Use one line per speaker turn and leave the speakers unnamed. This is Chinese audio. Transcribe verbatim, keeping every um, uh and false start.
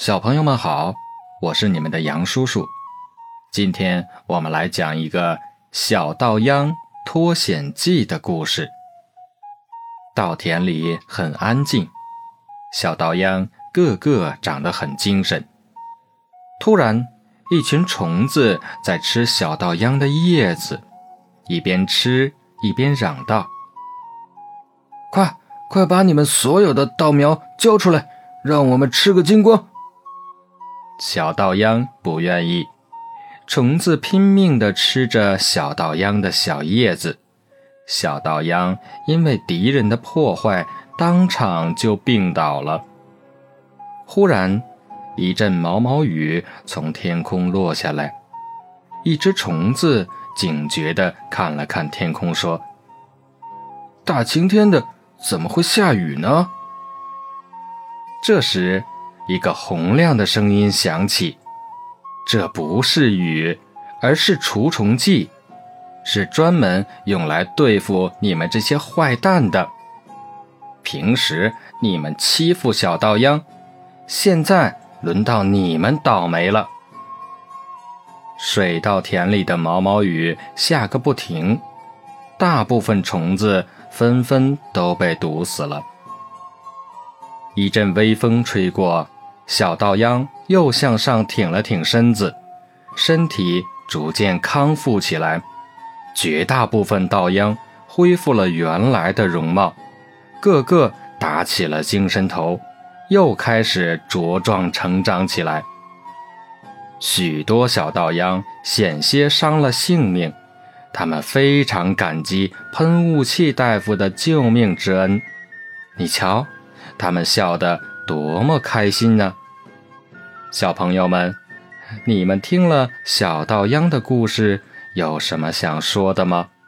小朋友们好，我是你们的杨叔叔。今天我们来讲一个小稻秧脱险记的故事。稻田里很安静，小稻秧个个长得很精神。突然，一群虫子在吃小稻秧的叶子，一边吃一边嚷道：快快把你们所有的稻苗交出来，让我们吃个精光。小稻秧不愿意，虫子拼命地吃着小稻秧的小叶子，小稻秧因为敌人的破坏，当场就病倒了。忽然，一阵毛毛雨从天空落下来，一只虫子警觉地看了看天空，说：大晴天的，怎么会下雨呢？这时，一个洪亮的声音响起，这不是雨，而是除虫剂，是专门用来对付你们这些坏蛋的。平时你们欺负小稻秧，现在轮到你们倒霉了。水稻田里的毛毛雨下个不停，大部分虫子纷纷都被毒死了。一阵微风吹过，小稻秧又向上挺了挺身子，身体逐渐康复起来。绝大部分稻秧恢复了原来的容貌，个个打起了精神头，又开始茁壮成长起来。许多小稻秧险些伤了性命，他们非常感激喷雾器大夫的救命之恩。你瞧，他们笑得多么开心呢！小朋友们，你们听了小稻秧的故事，有什么想说的吗？